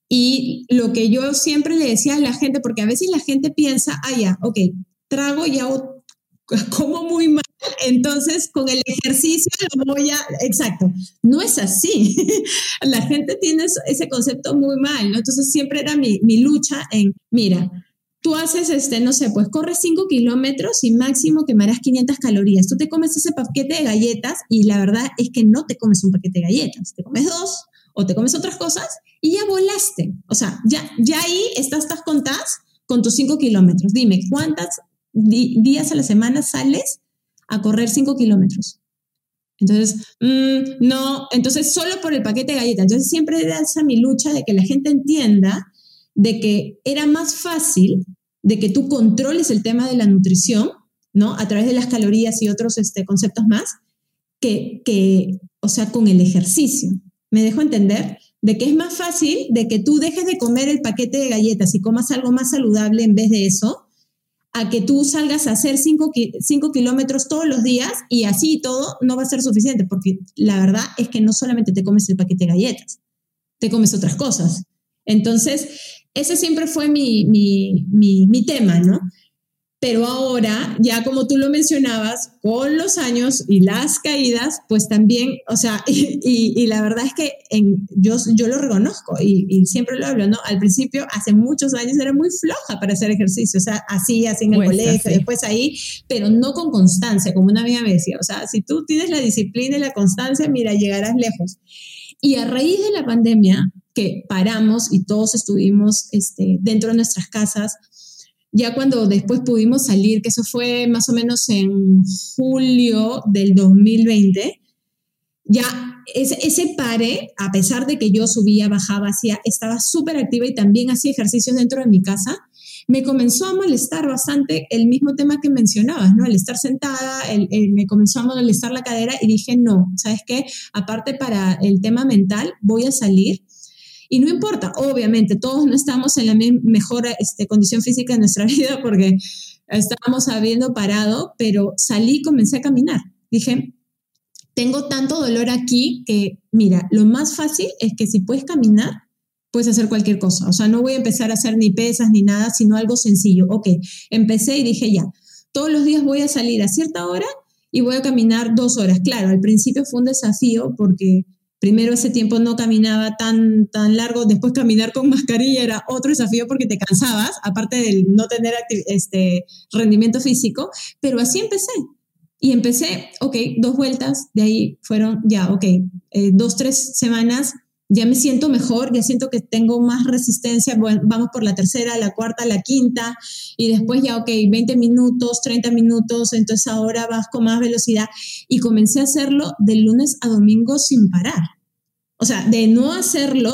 Y lo que yo siempre le decía a la gente, porque a veces la gente piensa, ah, ya, ok, trago y hago, como muy mal, entonces con el ejercicio lo voy a... Exacto, no es así. La gente tiene ese concepto muy mal, ¿no? Entonces siempre era mi, mi lucha en, mira, tú haces, este, no sé, pues corres cinco kilómetros y máximo quemarás quinientas calorías. Tú te comes ese paquete de galletas y la verdad es que no te comes un paquete de galletas, te comes dos o te comes otras cosas y ya volaste. O sea, ya, ya ahí estás, estás contadas con tus cinco kilómetros. Dime, ¿cuántas días a la semana sales a correr cinco kilómetros? Entonces, mmm, no, entonces solo por el paquete de galletas. Entonces siempre era esa mi lucha de que la gente entienda de que era más fácil de que tú controles el tema de la nutrición, ¿no? A través de las calorías y otros este, conceptos más, que, que, o sea, con el ejercicio. ¿Me dejo entender? De que es más fácil de que tú dejes de comer el paquete de galletas y comas algo más saludable en vez de eso, a que tú salgas a hacer cinco kilómetros todos los días y así y todo no va a ser suficiente, porque la verdad es que no solamente te comes el paquete de galletas, te comes otras cosas. Entonces, ese siempre fue mi, mi, mi, mi tema, ¿no? Pero ahora, ya como tú lo mencionabas, con los años y las caídas, pues también, o sea, y, y, y la verdad es que en, yo, yo lo reconozco y, y siempre lo hablo, ¿no? Al principio, hace muchos años, era muy floja para hacer ejercicio, o sea, así, así en el Cuesta, colegio, sí. después ahí, pero no con constancia, como una amiga me decía, o sea, si tú tienes la disciplina y la constancia, mira, llegarás lejos. Y a raíz de la pandemia, que paramos y todos estuvimos este, dentro de nuestras casas, ya cuando después pudimos salir, que eso fue más o menos en julio del dos mil veinte, ya ese, ese pare, a pesar de que yo subía, bajaba, hacía, estaba súper activa y también hacía ejercicios dentro de mi casa, me comenzó a molestar bastante el mismo tema que mencionabas, ¿no? El estar sentada, el, el, me comenzó a molestar la cadera y dije, no, ¿sabes qué? Aparte para el tema mental, voy a salir. Y no importa, obviamente, todos no estamos en la me- mejor este, condición física de nuestra vida porque estábamos habiendo parado, pero salí y comencé a caminar. Dije, tengo tanto dolor aquí que, mira, lo más fácil es que si puedes caminar, puedes hacer cualquier cosa. O sea, no voy a empezar a hacer ni pesas ni nada, sino algo sencillo. Ok, empecé y dije, ya, todos los días voy a salir a cierta hora y voy a caminar dos horas. Claro, al principio fue un desafío porque primero ese tiempo no caminaba tan, tan largo, después caminar con mascarilla era otro desafío porque te cansabas, aparte de no tener acti- este, rendimiento físico, pero así empecé. Y empecé, ok, dos vueltas, de ahí fueron ya, ok, eh, dos, tres semanas, ya me siento mejor, ya siento que tengo más resistencia, bueno, vamos por la tercera, la cuarta, la quinta, y después ya, ok, veinte minutos, treinta minutos, entonces ahora vas con más velocidad. Y comencé a hacerlo de lunes a domingo sin parar. O sea, de no hacerlo,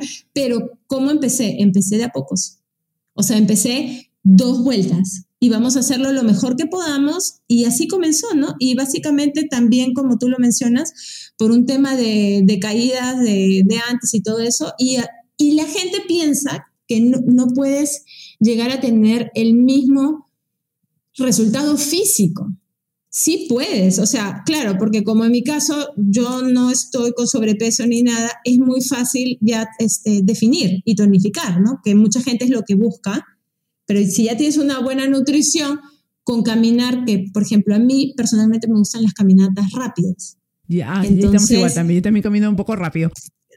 pero ¿cómo empecé? Empecé de a pocos. O sea, empecé dos vueltas y vamos a hacerlo lo mejor que podamos y así comenzó, ¿no? Y básicamente también, como tú lo mencionas, por un tema de, de caídas de, de antes y todo eso, y, y la gente piensa que no, no puedes llegar a tener el mismo resultado físico. Sí puedes, o sea, claro, porque como en mi caso yo no estoy con sobrepeso ni nada, es muy fácil ya este, definir y tonificar, ¿no? Que mucha gente es lo que busca, pero si ya tienes una buena nutrición, con caminar, que por ejemplo a mí personalmente me gustan las caminatas rápidas. Ya, Entonces, ya estamos igual también, yo también camino un poco rápido.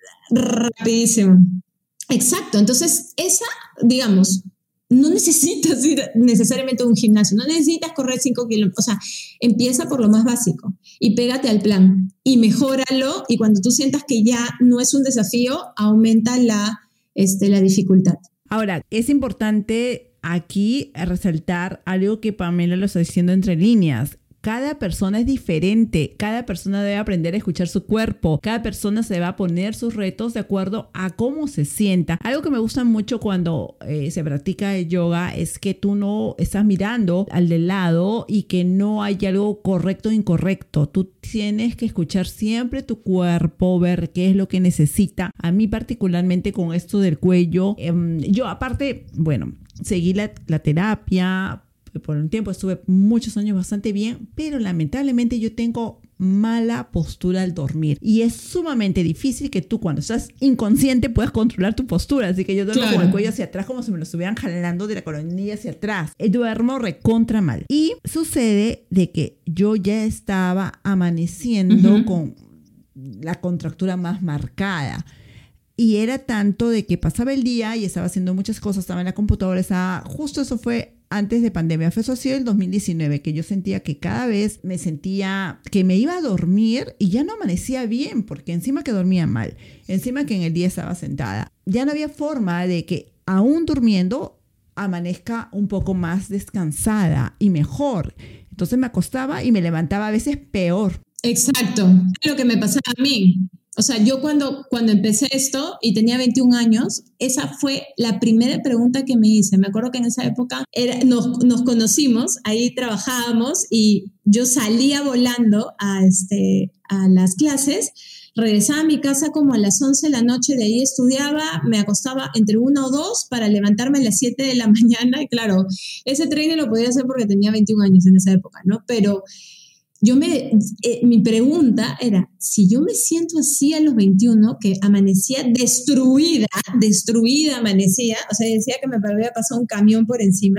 Rapidísimo. Exacto, entonces esa, digamos, no necesitas ir necesariamente a un gimnasio, no necesitas correr cinco kilómetros, o sea, empieza por lo más básico y pégate al plan y mejóralo y cuando tú sientas que ya no es un desafío, aumenta la, este, la dificultad. Ahora, es importante aquí resaltar algo que Pamela lo está diciendo entre líneas. Cada persona es diferente, cada persona debe aprender a escuchar su cuerpo, cada persona se va a poner sus retos de acuerdo a cómo se sienta. Algo que me gusta mucho cuando eh, se practica el yoga es que tú no estás mirando al de lado y que no hay algo correcto o incorrecto. Tú tienes que escuchar siempre tu cuerpo, ver qué es lo que necesita. A mí particularmente con esto del cuello, eh, yo aparte, bueno, seguí la, la terapia. Por un tiempo estuve muchos años bastante bien, pero lamentablemente yo tengo mala postura al dormir y es sumamente difícil que tú cuando estás inconsciente puedas controlar tu postura, así que yo duermo claro. con el cuello hacia atrás como si me lo estuvieran jalando de la coronilla hacia atrás, duermo recontra mal y sucede de que yo ya estaba amaneciendo uh-huh. con la contractura más marcada. Y era tanto de que pasaba el día y estaba haciendo muchas cosas, estaba en la computadora, estaba, justo eso fue antes de pandemia, fue eso ha sido el dos mil diecinueve, que yo sentía que cada vez me sentía que me iba a dormir y ya no amanecía bien, porque encima que dormía mal, encima que en el día estaba sentada, ya no había forma de que aún durmiendo amanezca un poco más descansada y mejor. Entonces me acostaba y me levantaba a veces peor. Exacto, es lo que me pasaba a mí. O sea, yo cuando, cuando empecé esto y tenía veintiún años, esa fue la primera pregunta que me hice. Me acuerdo que en esa época era, nos, nos conocimos, ahí trabajábamos y yo salía volando a, este, a las clases, regresaba a mi casa como a las once de la noche, de ahí estudiaba, me acostaba entre una o dos para levantarme a las siete de la mañana y claro, ese training lo podía hacer porque tenía veintiún años en esa época, ¿no? Pero yo me, eh, mi pregunta era, si yo me siento así a los veintiuno, que amanecía destruida, destruida amanecía, o sea, decía que me había pasado un camión por encima,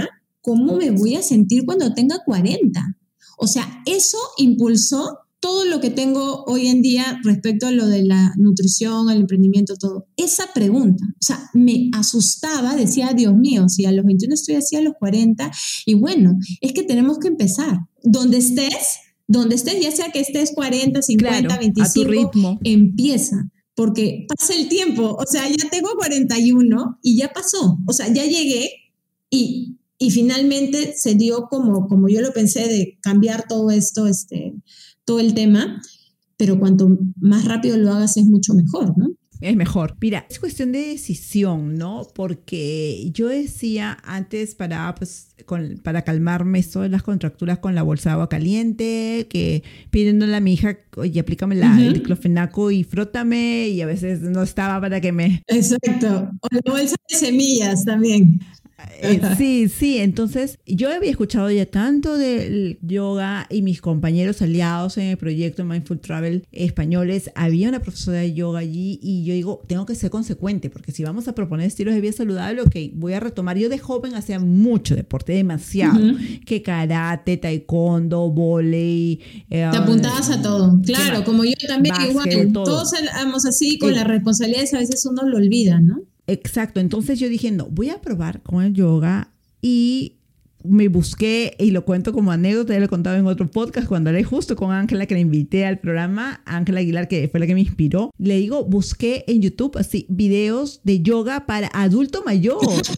¿cómo me voy a sentir cuando tenga cuarenta? O sea, eso impulsó todo lo que tengo hoy en día respecto a lo de la nutrición, el emprendimiento, todo. Esa pregunta, o sea, me asustaba, decía, Dios mío, si a los veintiuno estoy así, a los cuarenta, y bueno, es que tenemos que empezar. Donde estés, donde estés, ya sea que estés cuarenta, cincuenta, claro, veinticinco, a tu ritmo. Empieza, porque pasa el tiempo, o sea, ya tengo cuarenta y uno y ya pasó, o sea, ya llegué y, y finalmente se dio como, como yo lo pensé de cambiar todo esto, este... todo el tema, pero cuanto más rápido lo hagas es mucho mejor, ¿no? Es mejor. Mira, es cuestión de decisión, ¿no? Porque yo decía antes para, pues, con, para calmarme todas las contracturas con la bolsa de agua caliente, que pidiéndole a mi hija, oye, aplícame la, uh-huh. el diclofenaco y frótame, y a veces no estaba para que me... Exacto. O la bolsa de semillas también. Eh, sí, sí, entonces yo había escuchado ya tanto del yoga y mis compañeros aliados en el proyecto Mindful Travel españoles, había una profesora de yoga allí y yo digo, tengo que ser consecuente porque si vamos a proponer estilos de vida saludable, ok, voy a retomar. Yo de joven hacía mucho deporte, demasiado, uh-huh. que karate, taekwondo, volei. Eh, Te apuntabas a todo, claro, como yo también, básquet, igual, todo. Todos éramos así con eh, las responsabilidades, a veces uno lo olvida, ¿no? Exacto, entonces yo dije, no, voy a probar con el yoga y me busqué, y lo cuento como anécdota, ya lo he contado en otro podcast, cuando hablé justo con Ángela, que la invité al programa, Ángela Aguilar, que fue la que me inspiró, le digo, busqué en YouTube así videos de yoga para adulto mayor,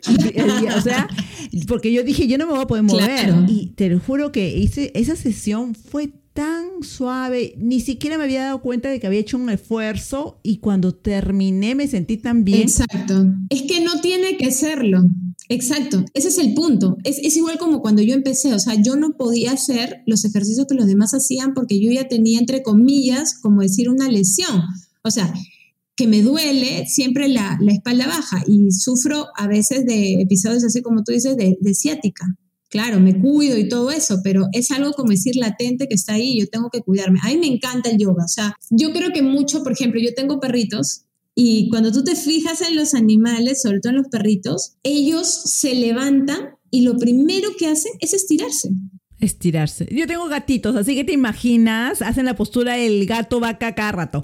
o sea, porque yo dije, yo no me voy a poder mover, claro. Y te lo juro que hice, esa sesión fue tan suave, ni siquiera me había dado cuenta de que había hecho un esfuerzo y cuando terminé me sentí tan bien. Exacto, es que no tiene que serlo, exacto, ese es el punto, es, es igual como cuando yo empecé, o sea, yo no podía hacer los ejercicios que los demás hacían porque yo ya tenía, entre comillas, como decir, una lesión, o sea, que me duele siempre la, la espalda baja y sufro a veces de episodios así como tú dices, de, de ciática. Claro, me cuido y todo eso, pero es algo como decir latente que está ahí y yo tengo que cuidarme. A mí me encanta el yoga, o sea, yo creo que mucho, por ejemplo, yo tengo perritos y cuando tú te fijas en los animales, sobre todo en los perritos, ellos se levantan y lo primero que hacen es estirarse. Estirarse. Yo tengo gatitos, así que te imaginas, hacen la postura del gato vaca cada rato.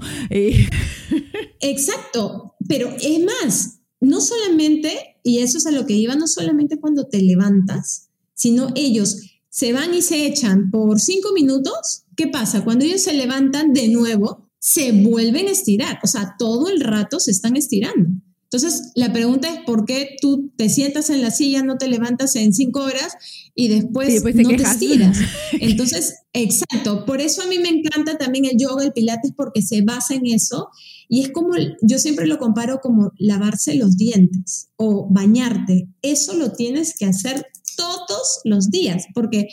Exacto, pero es más, no solamente, y eso es a lo que iba, no solamente cuando te levantas, sino ellos se van y se echan por cinco minutos. ¿Qué pasa? Cuando ellos se levantan de nuevo, se vuelven a estirar. O sea, todo el rato se están estirando. Entonces, la pregunta es ¿por qué tú te sientas en la silla, no te levantas en cinco horas y después, y después te no quejas. te estiras? Entonces, exacto. Por eso a mí me encanta también el yoga, el pilates, porque se basa en eso. Y es como, yo siempre lo comparo como lavarse los dientes o bañarte. Eso lo tienes que hacer todos los días, porque,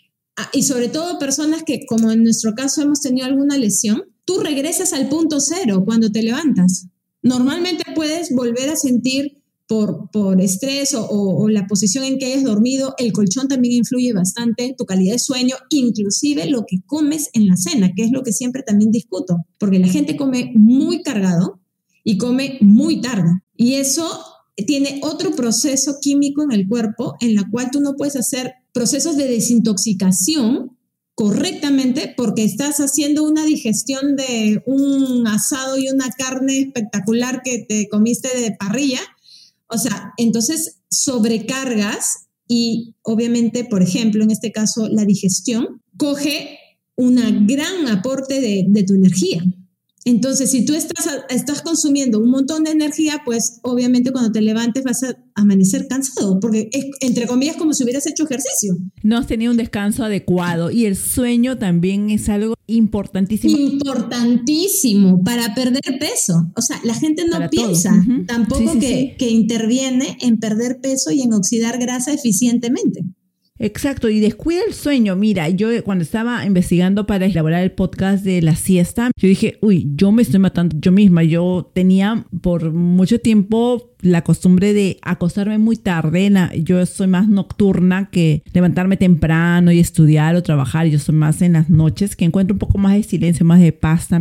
y sobre todo personas que, como en nuestro caso, hemos tenido alguna lesión, tú regresas al punto cero cuando te levantas. Normalmente puedes volver a sentir por, por estrés o, o, o la posición en que hayas dormido, el colchón también influye bastante, tu calidad de sueño, inclusive lo que comes en la cena, que es lo que siempre también discuto, porque la gente come muy cargado y come muy tarde, y eso tiene otro proceso químico en el cuerpo en la cual tú no puedes hacer procesos de desintoxicación correctamente porque estás haciendo una digestión de un asado y una carne espectacular que te comiste de parrilla. O sea, entonces sobrecargas y obviamente, por ejemplo, en este caso, la digestión coge un gran aporte de, de tu energía. Entonces, si tú estás, estás consumiendo un montón de energía, pues obviamente cuando te levantes vas a amanecer cansado, porque es, entre comillas, como si hubieras hecho ejercicio. No has tenido un descanso adecuado y el sueño también es algo importantísimo. Importantísimo para perder peso. O sea, la gente no para piensa uh-huh. tampoco sí, sí, que, sí. que interviene en perder peso y en oxidar grasa eficientemente. Exacto, y descuida el sueño. Mira, yo cuando estaba investigando para elaborar el podcast de la siesta, yo dije, uy, yo me estoy matando yo misma. Yo tenía por mucho tiempo la costumbre de acostarme muy tarde. Yo soy más nocturna que levantarme temprano y estudiar o trabajar. Yo soy más en las noches, que encuentro un poco más de silencio, más de paz también.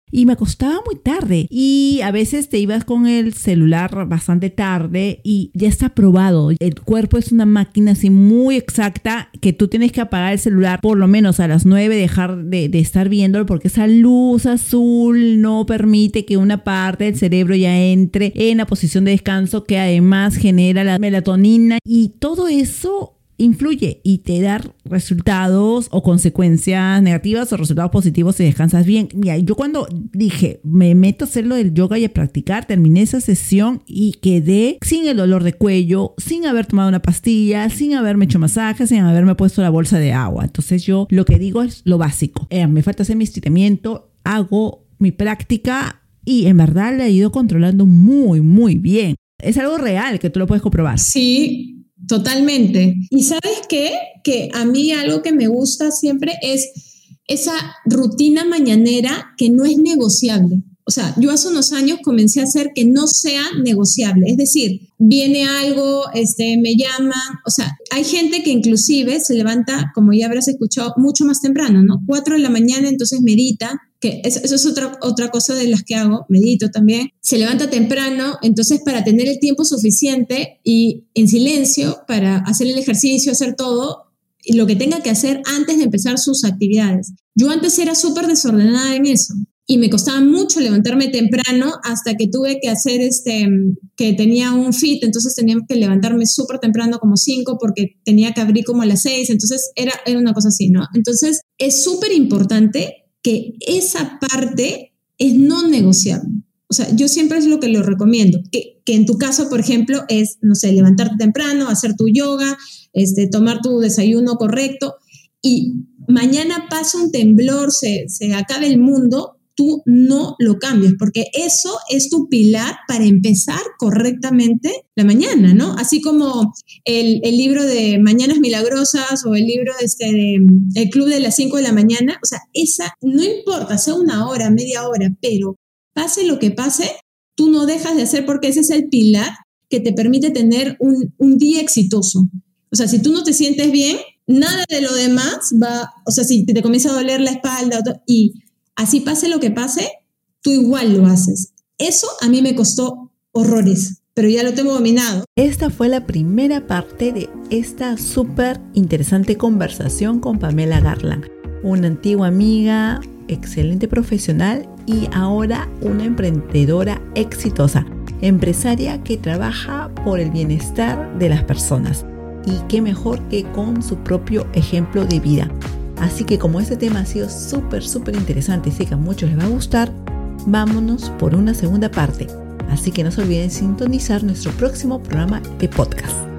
y me acostaba muy tarde. Y a veces te ibas con el celular bastante tarde y ya está probado. El cuerpo es una máquina así muy exacta que tú tienes que apagar el celular por lo menos a las nueve, dejar de, de estar viéndolo porque esa luz azul no permite que una parte del cerebro ya entre en la posición de descanso, que además genera la melatonina, y todo eso influye y te da resultados o consecuencias negativas o resultados positivos si descansas bien. Mira, yo cuando dije, me meto a hacer lo del yoga y a practicar, terminé esa sesión y quedé sin el dolor de cuello, sin haber tomado una pastilla, sin haberme hecho masajes, sin haberme puesto la bolsa de agua. Entonces yo lo que digo es lo básico. Eh, me falta hacer mi estiramiento, hago mi práctica y en verdad la he ido controlando muy, muy bien. Es algo real que tú lo puedes comprobar. Sí. Totalmente. ¿Y sabes qué? Que a mí algo que me gusta siempre es esa rutina mañanera que no es negociable. O sea, yo hace unos años comencé a hacer que no sea negociable. Es decir, viene algo, este, me llaman. O sea, hay gente que inclusive se levanta, como ya habrás escuchado, mucho más temprano, ¿no? Cuatro de la mañana, entonces medita. Que eso, eso es otra, otra cosa de las que hago, medito también. Se levanta temprano, entonces para tener el tiempo suficiente y en silencio para hacer el ejercicio, hacer todo y lo que tenga que hacer antes de empezar sus actividades. Yo antes era súper desordenada en eso y me costaba mucho levantarme temprano hasta que tuve que hacer este, que tenía un fit, entonces tenía que levantarme súper temprano como cinco porque tenía que abrir como a las seis, entonces era, era una cosa así, ¿no? Entonces es súper importante que esa parte es no negociable. O sea, yo siempre es lo que lo recomiendo, que, que en tu caso, por ejemplo, es, no sé, levantarte temprano, hacer tu yoga, este, tomar tu desayuno correcto y mañana pasa un temblor, se, se acabe el mundo, tú no lo cambias, porque eso es tu pilar para empezar correctamente la mañana, ¿no? Así como el, el libro de Mañanas Milagrosas o el libro este de El Club de las cinco de la mañana, o sea, esa, no importa, sea una hora, media hora, pero pase lo que pase, tú no dejas de hacer porque ese es el pilar que te permite tener un, un día exitoso. O sea, si tú no te sientes bien, nada de lo demás va, o sea, si te comienza a doler la espalda y así pase lo que pase, tú igual lo haces. Eso a mí me costó horrores, pero ya lo tengo dominado. Esta fue la primera parte de esta súper interesante conversación con Pamela Garland, una antigua amiga, excelente profesional y ahora una emprendedora exitosa, empresaria que trabaja por el bienestar de las personas. Y qué mejor que con su propio ejemplo de vida. Así que como este tema ha sido súper, súper interesante y sé que a muchos les va a gustar, vámonos por una segunda parte. Así que no se olviden sintonizar nuestro próximo programa de podcast.